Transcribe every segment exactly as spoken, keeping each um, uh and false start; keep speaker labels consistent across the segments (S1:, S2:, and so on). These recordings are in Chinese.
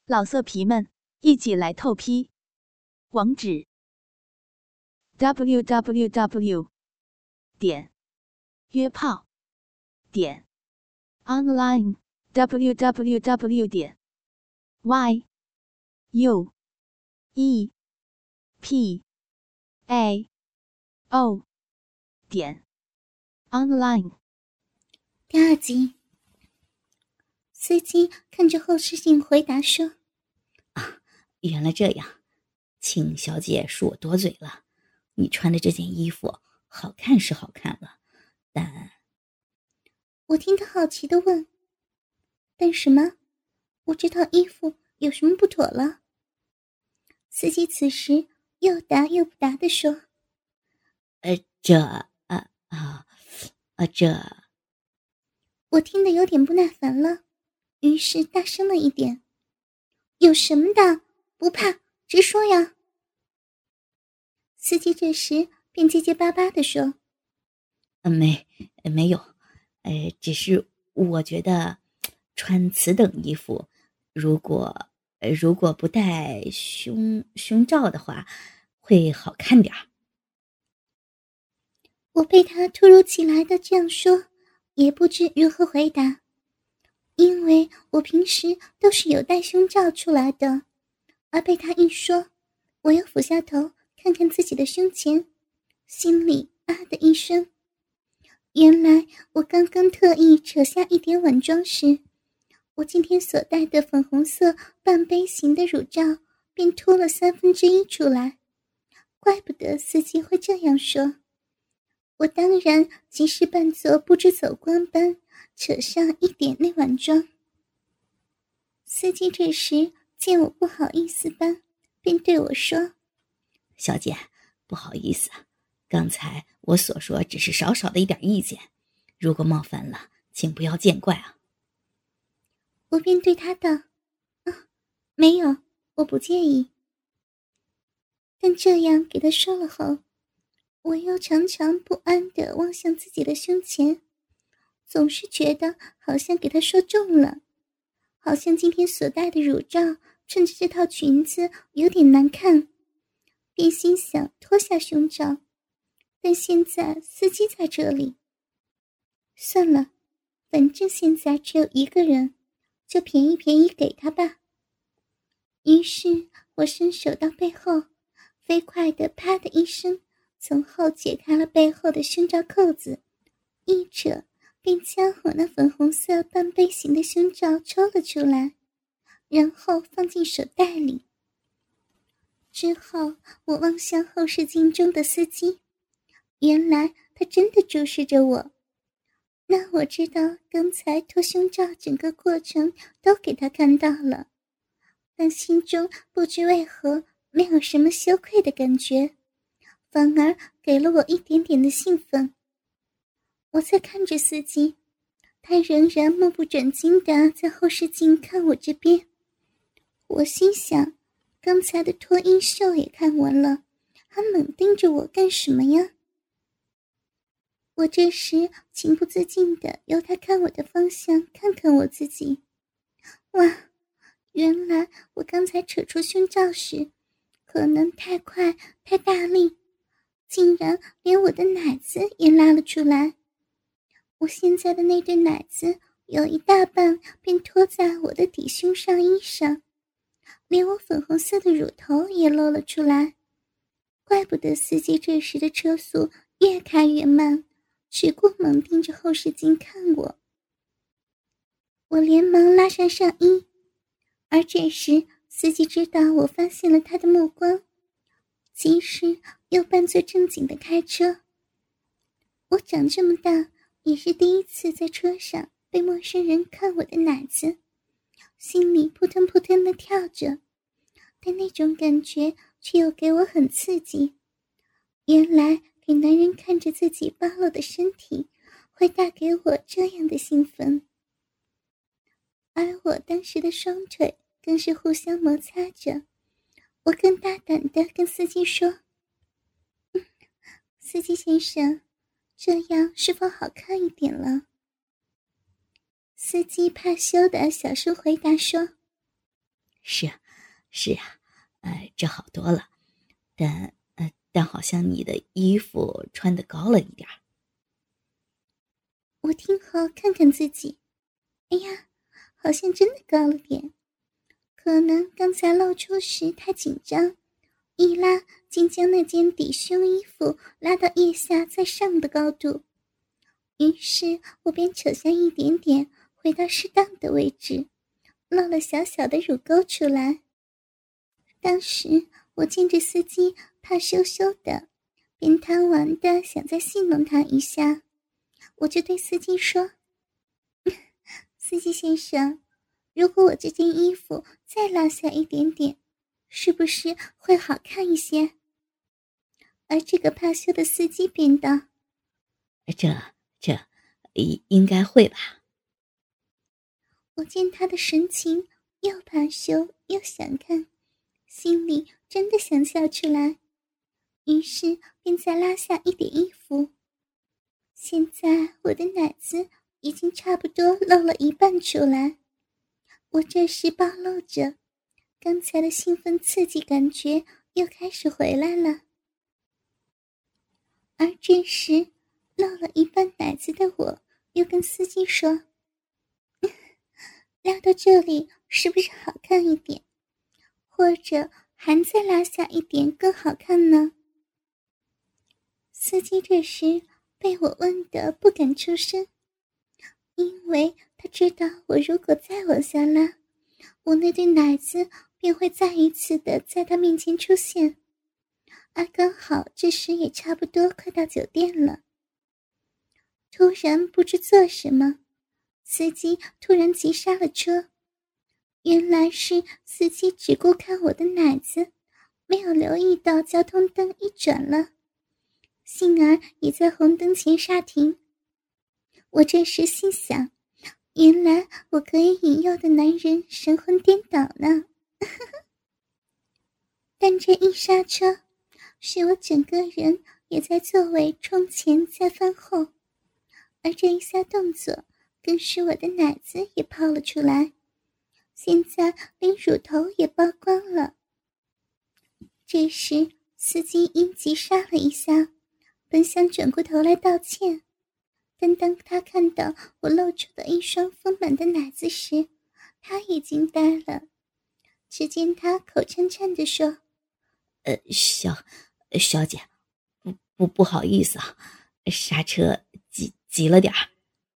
S1: 老色皮们，一起来透批！网址 ：double u double u double u 点约炮点 online w w w 点 y u e p a o 点 online。
S2: 第二集，司机看着后视镜回答说：“
S3: 啊，原来这样，请小姐恕我多嘴了。你穿的这件衣服好看是好看了，但……”
S2: 我听他好奇地问：“但什么？我这套衣服有什么不妥了？”司机此时又答又不答地说：“
S3: 呃，这……啊啊啊，这……”
S2: 我听得有点不耐烦了，于是大声了一点：“有什么的？不怕，直说呀！”司机这时便结结巴巴地说：“
S3: 呃，没没有，呃，只是我觉得穿此等衣服，如果呃如果不戴胸胸罩的话，会好看点儿。”
S2: 我被他突如其来的这样说，也不知如何回答，因为我平时都是有戴胸罩出来的，而被他一说，我又俯下头看看自己的胸前，心里啊的一声。原来我刚刚特意扯下一点晚装时，我今天所戴的粉红色半杯型的乳罩便脱了三分之一出来，怪不得司机会这样说。我当然即是扮作不知走光般扯上一点那晚装。司机这时见我不好意思般，便对我说：“
S3: 小姐，不好意思，刚才我所说只是少少的一点意见，如果冒犯了，请不要见怪啊。”
S2: 我便对他道：“啊，没有，我不介意。”但这样给他说了后，我又常常不安地望向自己的胸前，总是觉得好像给他说中了，好像今天所戴的乳罩衬着这套裙子有点难看，便心想脱下胸罩，但现在司机在这里，算了，反正现在只有一个人，就便宜便宜给他吧。于是我伸手到背后，飞快地啪的一声从后解开了背后的胸罩扣子，一扯便将我那粉红色半杯型的胸罩抽了出来，然后放进手袋里。之后我望向后视镜中的司机，原来他真的注视着我，那我知道刚才脱胸罩整个过程都给他看到了，但心中不知为何没有什么羞愧的感觉，反而给了我一点点的兴奋。我在看着司机，他仍然目不转睛地在后视镜看我这边。我心想，刚才的脱衣秀也看完了，还猛盯着我干什么呀？我这时情不自禁地由他看我的方向看看我自己。哇，原来我刚才扯出胸罩时，可能太快太大力，竟然连我的奶子也拉了出来。我现在的那对奶子有一大半便拖在我的底胸上衣上，连我粉红色的乳头也露了出来。怪不得司机这时的车速越开越慢，只顾猛盯着后视镜看我。我连忙拉上上衣，而这时司机知道我发现了他的目光，及时又扮作正经的开车。我长这么大也是第一次在车上被陌生人看我的奶子，心里扑腾扑腾地跳着，但那种感觉却又给我很刺激。原来给男人看着自己暴露的身体会带给我这样的兴奋。而我当时的双腿更是互相摩擦着，我更大胆地跟司机说：“嗯，司机先生，这样是否好看一点了？”司机怕羞地小声回答说：“
S3: 是啊，是啊，呃，这好多了，但呃，但好像你的衣服穿得高了一点儿。
S2: 我听后看看自己，哎呀，好像真的高了点。可能刚才露出时太紧张，一拉竟将那件底胸衣服拉到腋下再上的高度，于是我便扯下一点点，回到适当的位置，露了小小的乳沟出来。当时我见着司机怕羞羞的，便贪玩的想再戏弄他一下，我就对司机说：司机先生，如果我这件衣服再拉下一点点，是不是会好看一些？而这个怕羞的司机便道：
S3: 这这应应该会吧。
S2: 我见他的神情又怕羞又想看，心里真的想笑出来，于是便再拉下一点衣服。现在我的奶子已经差不多露了一半出来，我这时暴露着，刚才的兴奋刺激感觉又开始回来了。而这时露了一半奶子的我又跟司机说：拉到这里是不是好看一点？或者还再拉下一点更好看呢？司机这时被我问得不敢出声，因为他知道我如果再往下拉，我那对奶子便会再一次的在他面前出现，而刚好这时也差不多快到酒店了。突然不知做什么，司机突然急刹了车，原来是司机只顾看我的奶子，没有留意到交通灯一转了，幸而也在红灯前刹停。我这时心想，原来我可以引诱的男人神魂颠倒呢。但这一刹车，使我整个人也在座位冲前再翻后，而这一下动作更使我的奶子也泡了出来，现在连乳头也曝光了。这时司机因急刹了一下，本想转过头来道歉，但当他看到我露出的一双丰满的奶子时，他已经呆了。只见他口颤颤地说：
S3: 呃，小小姐，不不不好意思啊，刹车急急了点儿。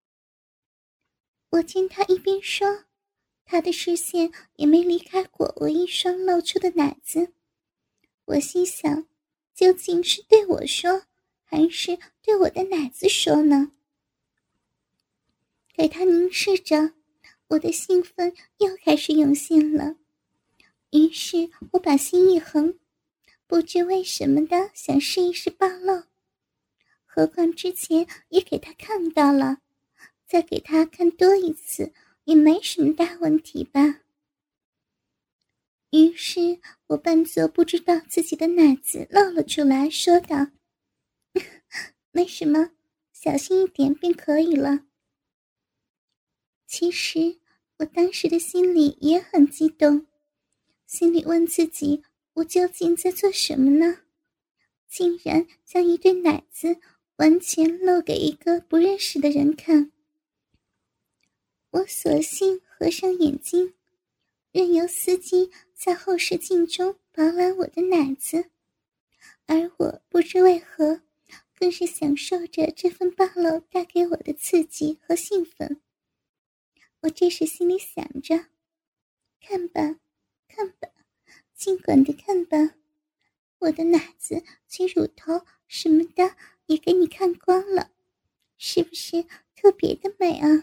S2: 我见他一边说，他的视线也没离开过我一双露出的奶子。我心想，究竟是对我说，还是对我的奶子说呢？给他凝视着，我的兴奋又开始涌现了。于是我把心一横，不知为什么的想试一试暴露，何况之前也给他看到了，再给他看多一次也没什么大问题吧。于是我扮作不知道自己的奶子露了出来，说道：没什么，小心一点便可以了。其实我当时的心里也很激动，心里问自己，我究竟在做什么呢？竟然将一对奶子完全露给一个不认识的人看。我索性合上眼睛，任由司机在后视镜中饱览我的奶子，而我不知为何更是享受着这份暴露带给我的刺激和兴奋。我这时心里想着，看吧看吧，尽管的看吧，我的奶子及乳头什么的也给你看光了，是不是特别的美啊？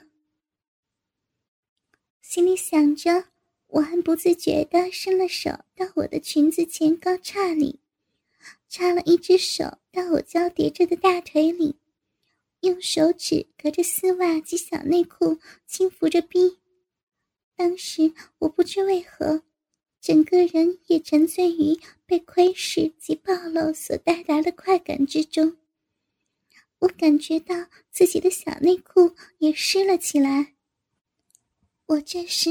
S2: 心里想着，我还不自觉地伸了手到我的裙子前高叉里，插了一只手到我交叠着的大腿里，用手指隔着丝袜及小内裤轻抚着逼。当时我不知为何，整个人也沉醉于被窥视及暴露所带来的快感之中。我感觉到自己的小内裤也湿了起来。我这时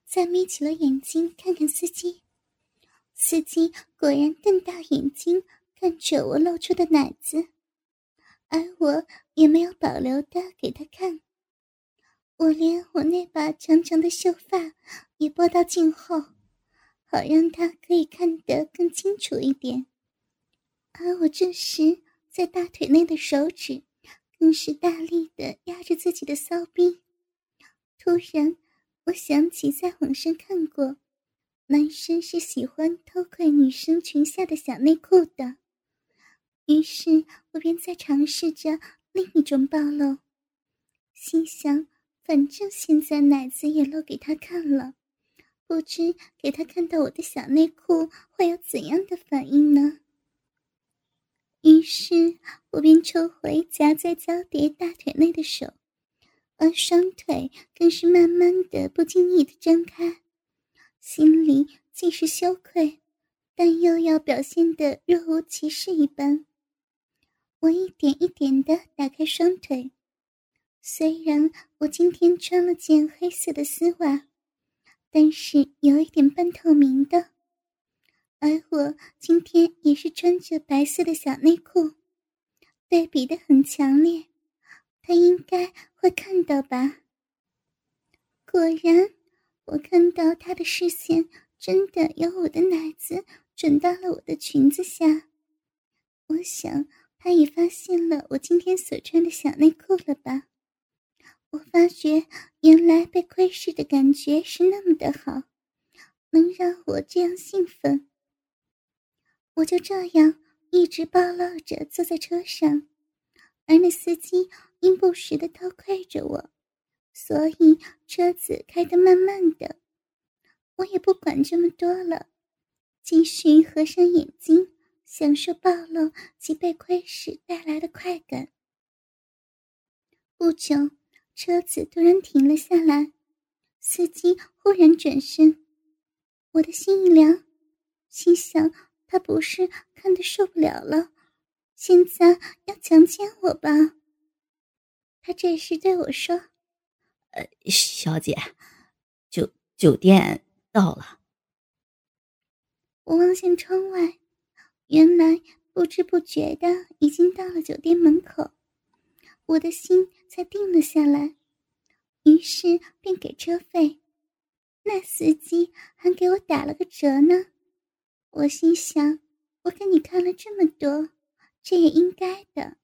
S2: 再眯起了眼睛看看司机。司机果然瞪大眼睛看着我露出的奶子，而我也没有保留的给他看。我连我那把长长的秀发也拨到颈后，好让他可以看得更清楚一点。而我这时在大腿内的手指更是大力地压着自己的骚逼。突然我想起在网上看过，男生是喜欢偷窥女生裙下的小内裤的，于是我便在尝试着另一种暴露，心想反正现在奶子也露给他看了，不知给他看到我的小内裤会有怎样的反应呢？于是我便抽回夹在交叠大腿内的手，而双腿更是慢慢的不经意的张开，心里既是羞愧，但又要表现得若无其事一般。我一点一点地打开双腿，虽然我今天穿了件黑色的丝袜，但是有一点半透明的，而我今天也是穿着白色的小内裤，对比得很强烈，他应该会看到吧。果然，我看到他的视线真的由我的奶子转到了我的裙子下。我想他也发现了我今天所穿的小内裤了吧。我发觉原来被窥视的感觉是那么的好，能让我这样兴奋。我就这样一直暴露着坐在车上，而那司机因不时地偷窥着我，所以车子开得慢慢的。我也不管这么多了，继续合上眼睛，享受暴露及被窥视带来的快感。不久，车子突然停了下来，司机忽然转身，我的心一凉，心想他不是看得受不了了，现在要强奸我吧。他这时对我说：
S3: 呃，小姐，酒酒店到了。
S2: 我望向窗外，原来不知不觉的已经到了酒店门口，我的心才定了下来，于是便给车费。那司机还给我打了个折呢。我心想，我给你看了这么多，这也应该的。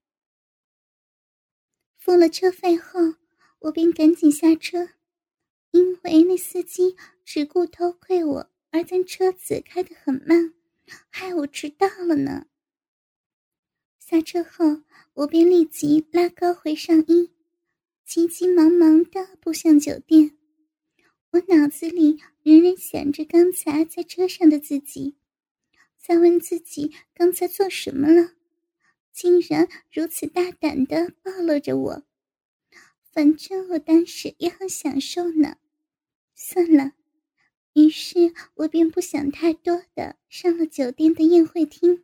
S2: 付了车费后，我便赶紧下车，因为那司机只顾偷窥我，而将车子开得很慢，害我迟到了呢。下车后，我便立即拉高回上衣，急急忙忙地步向酒店。我脑子里仍然想着刚才在车上的自己，在问自己刚才做什么了，竟然如此大胆地暴露着我。反正我当时也很享受呢，算了。于是我便不想太多的上了酒店的宴会厅。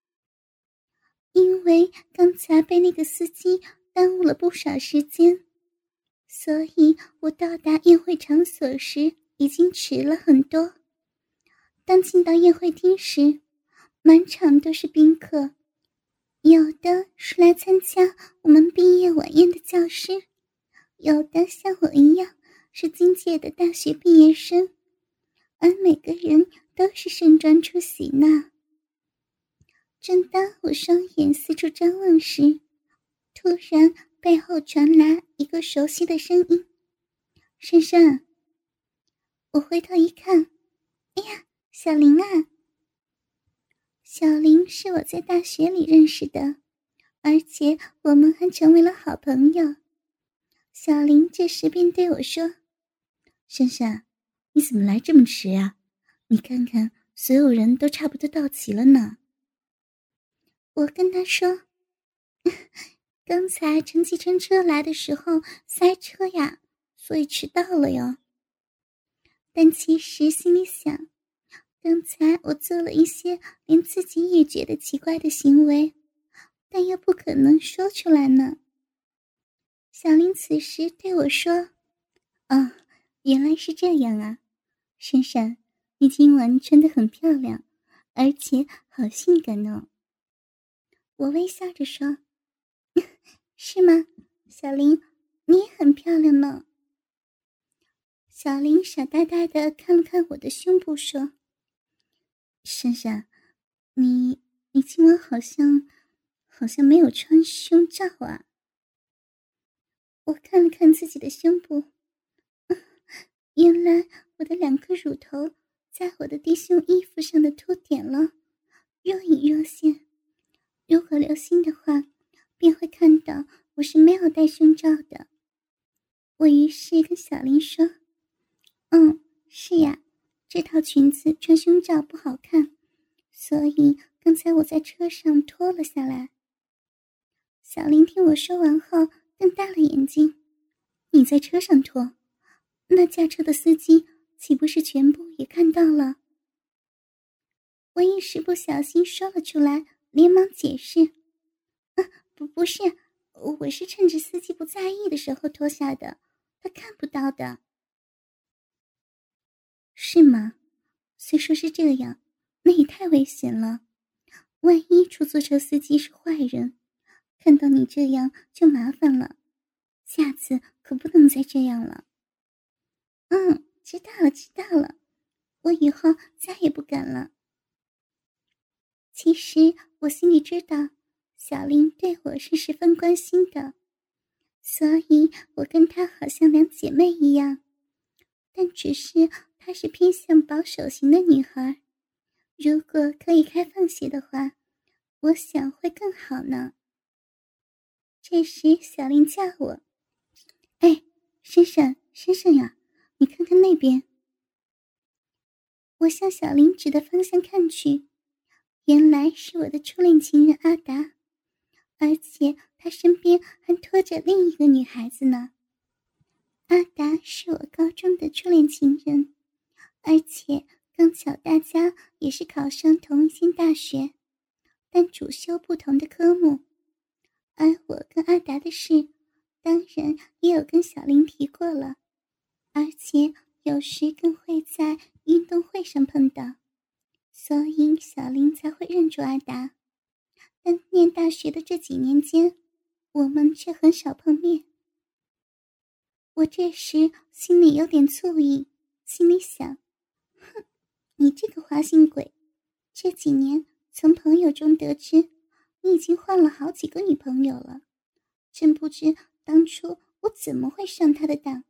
S2: 因为刚才被那个司机耽误了不少时间，所以我到达宴会场所时已经迟了很多。当进到宴会厅时，满场都是宾客，有的是来参加我们毕业晚宴的教师，有的像我一样是今届的大学毕业生，而每个人都是盛装出席呢。正当我双眼四处张望时，突然背后传来一个熟悉的声音：珊珊。我回头一看，哎呀，小林啊！小林是我在大学里认识的，而且我们还成为了好朋友。小林这时便对我说：
S3: 珊珊，你怎么来这么迟呀？你看看，所有人都差不多到齐了呢。
S2: 我跟他说，刚才乘计程车来的时候塞车呀，所以迟到了哟。但其实心里想，刚才我做了一些连自己也觉得奇怪的行为，但又不可能说出来呢。小林此时对我说：
S3: 啊，原来是这样啊，
S2: 珊珊，你今晚穿得很漂亮，而且好性感哦。我微笑着说，是吗？小林，你也很漂亮呢。小林傻呆呆地看了看我的胸部，说：珊珊，你你今晚好像好像没有穿胸罩啊。我看了看自己的胸部，原来我的两颗乳头在我的低胸衣服上的凸点了，若隐若现。如果留心的话，便会看到我是没有戴胸罩的。我于是跟小林说：嗯，是呀，这套裙子穿胸罩不好看，所以刚才我在车上脱了下来。小林听我说完后瞪大了眼睛，你在车上脱？那驾车的司机岂不是全部也看到了？我一时不小心说了出来，连忙解释：啊，不不是，我是趁着司机不在意的时候脱下的，他看不到的。是吗？虽说是这样，那也太危险了。万一出租车司机是坏人，看到你这样就麻烦了。下次可不能再这样了。嗯，知道了知道了，我以后再也不敢了。其实我心里知道小林对我是十分关心的，所以我跟她好像两姐妹一样，但只是她是偏向保守型的女孩，如果可以开放些的话，我想会更好呢。这时小林叫我：哎，珊珊珊珊呀，你看看那边。我向小林指的方向看去，原来是我的初恋情人阿达，而且他身边还拖着另一个女孩子呢。阿达是我高中的初恋情人，而且刚巧大家也是考上同一间大学，但主修不同的科目。而我跟阿达的事，当然也有跟小林提过了，而且有时更会在运动会上碰到，所以小林才会认出阿达。但念大学的这几年间，我们却很少碰面。我这时心里有点醋意，心里想：哼，你这个花心鬼，这几年从朋友中得知你已经换了好几个女朋友了，真不知当初我怎么会上他的当。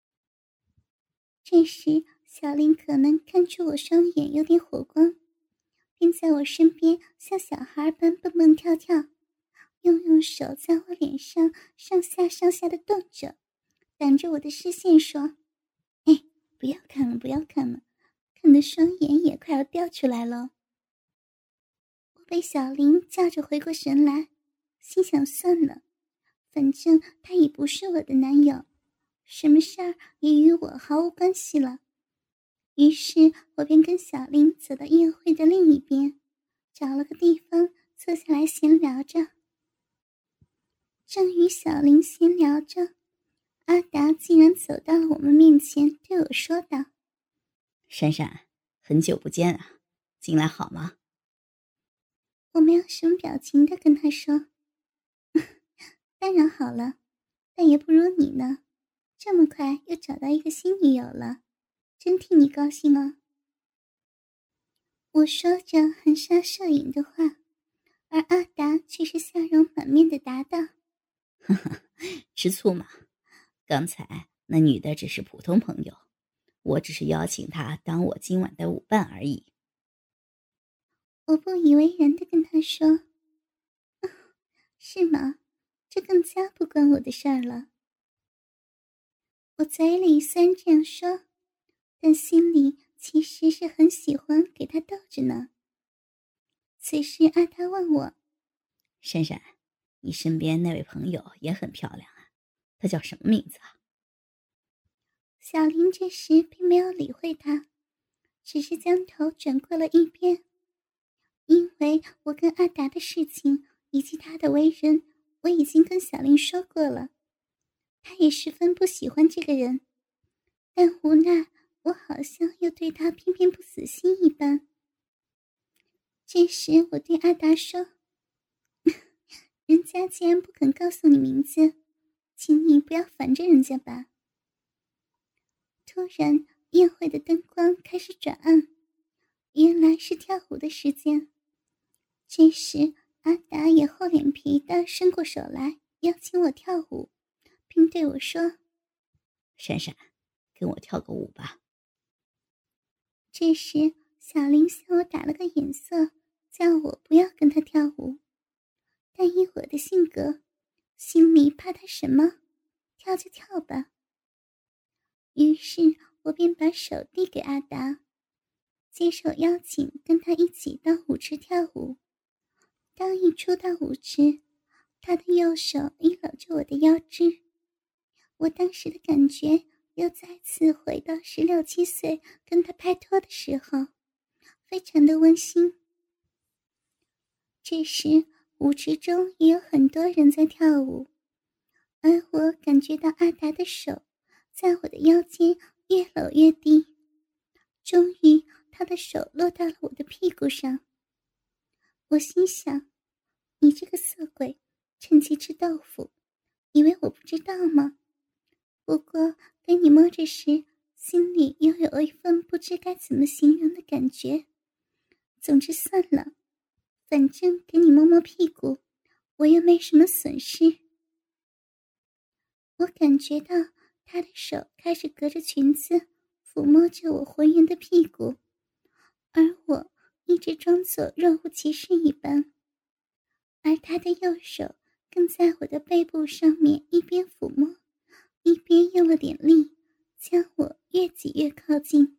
S2: 这时小林可能看出我双眼有点火光，便在我身边像小孩般蹦蹦跳跳，用用手在我脸上上下上下的动着，挡着我的视线说：哎，不要看了不要看了，看得双眼也快要掉出来了。我被小林叫着回过神来，心想算了，反正他已不是我的男友，什么事儿也与我毫无关系了。于是我便跟小林走到宴会的另一边，找了个地方坐下来闲聊着。正与小林闲聊着，阿达竟然走到了我们面前，对我说道：
S3: 珊珊，很久不见啊，近来好吗？
S2: 我没有什么表情的跟他说：当然好了，但也不如你呢，这么快又找到一个新女友了，真替你高兴哦。我说着含沙射影的话，而阿达却是笑容满面的答道：
S3: 呵呵，吃醋嘛，刚才那女的只是普通朋友，我只是邀请她当我今晚的舞伴而已。
S2: 我不以为然的跟他说：是吗？这更加不关我的事儿了。我嘴里虽然这样说，但心里其实是很喜欢给他逗着呢。此时阿达问我：
S3: 珊珊，你身边那位朋友也很漂亮啊，她叫什么名字啊？
S2: 小林这时并没有理会他，只是将头转过了一边。因为我跟阿达的事情以及他的为人，我已经跟小林说过了，他也十分不喜欢这个人，但无奈我好像又对他偏偏不死心一般。这时我对阿达说，人家既然不肯告诉你名字，请你不要烦着人家吧。突然宴会的灯光开始转暗，原来是跳舞的时间。这时阿达也厚脸皮地伸过手来邀请我跳舞，并对我说，
S3: 闪闪，跟我跳个舞吧。
S2: 这时小林向我打了个眼色，叫我不要跟他跳舞，但以我的性格，心里怕他什么，跳就跳吧。于是我便把手递给阿达，接受邀请跟他一起到舞池跳舞。刚一出到舞池，他的右手一搂着我的腰肢，我当时的感觉又再次回到十六七岁跟他拍拖的时候，非常的温馨。这时舞池中也有很多人在跳舞，而我感觉到阿达的手在我的腰间越搂越低，终于他的手落到了我的屁股上。我心想，你这个色鬼，趁机吃豆腐，以为我不知道吗？不过给你摸着时，心里又有一份不知该怎么形容的感觉。总之算了，反正给你摸摸屁股，我又没什么损失。我感觉到他的手开始隔着裙子抚摸着我浑圆的屁股，而我一直装作若无其事一般，而他的右手更在我的背部上面一边抚摸，一边用了点力，将我越挤越靠近。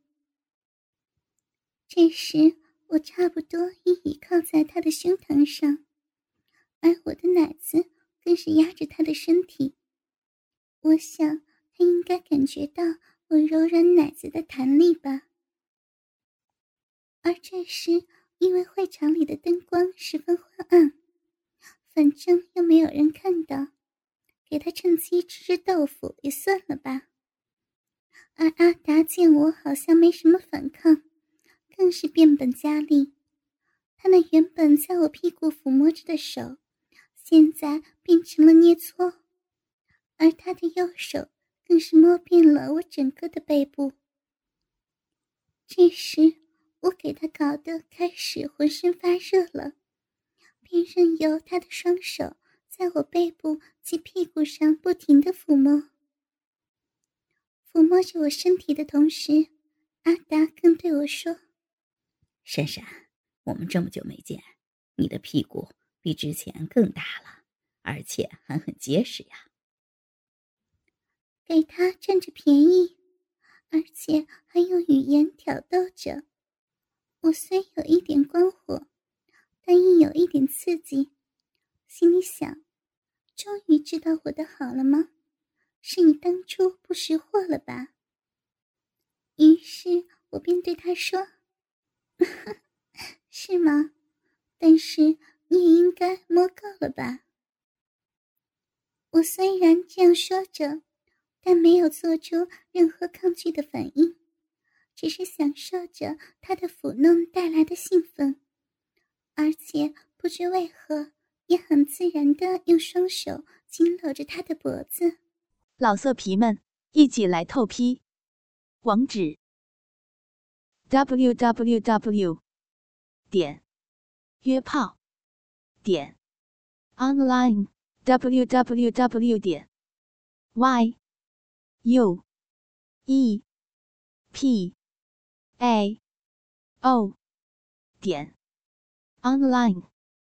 S2: 这时我差不多已倚靠在他的胸膛上，而我的奶子更是压着他的身体。我想他应该感觉到我柔软奶子的弹力吧。而这时因为会场里的灯光十分昏暗，反正又没有人看到，给他趁机吃吃豆腐也算了吧。而阿达见我好像没什么反抗，更是变本加厉。他那原本在我屁股抚摸着的手，现在变成了捏搓，而他的右手更是摸遍了我整个的背部。这时我给他搞得开始浑身发热了，便任由他的双手在我背部及屁股上不停地抚摸。抚摸着我身体的同时，阿达更对我说，
S3: 闪闪，我们这么久没见，你的屁股比之前更大了，而且还很结实呀。
S2: 给他占着便宜，而且还用语言挑逗着。我虽有一点光火，但亦有一点刺激，心里想，终于知道我的好了吗？是你当初不识货了吧？于是我便对他说，是吗？但是你也应该摸够了吧？我虽然这样说着，但没有做出任何抗拒的反应，只是享受着他的抚弄带来的兴奋，而且不知为何也很自然地用双手紧搂着他的脖子。
S1: 老色皮们，一起来透批！网址 ：double-u double-u double-u 点约炮点 online double-u double-u double-u 点 y u e p a o 点 online。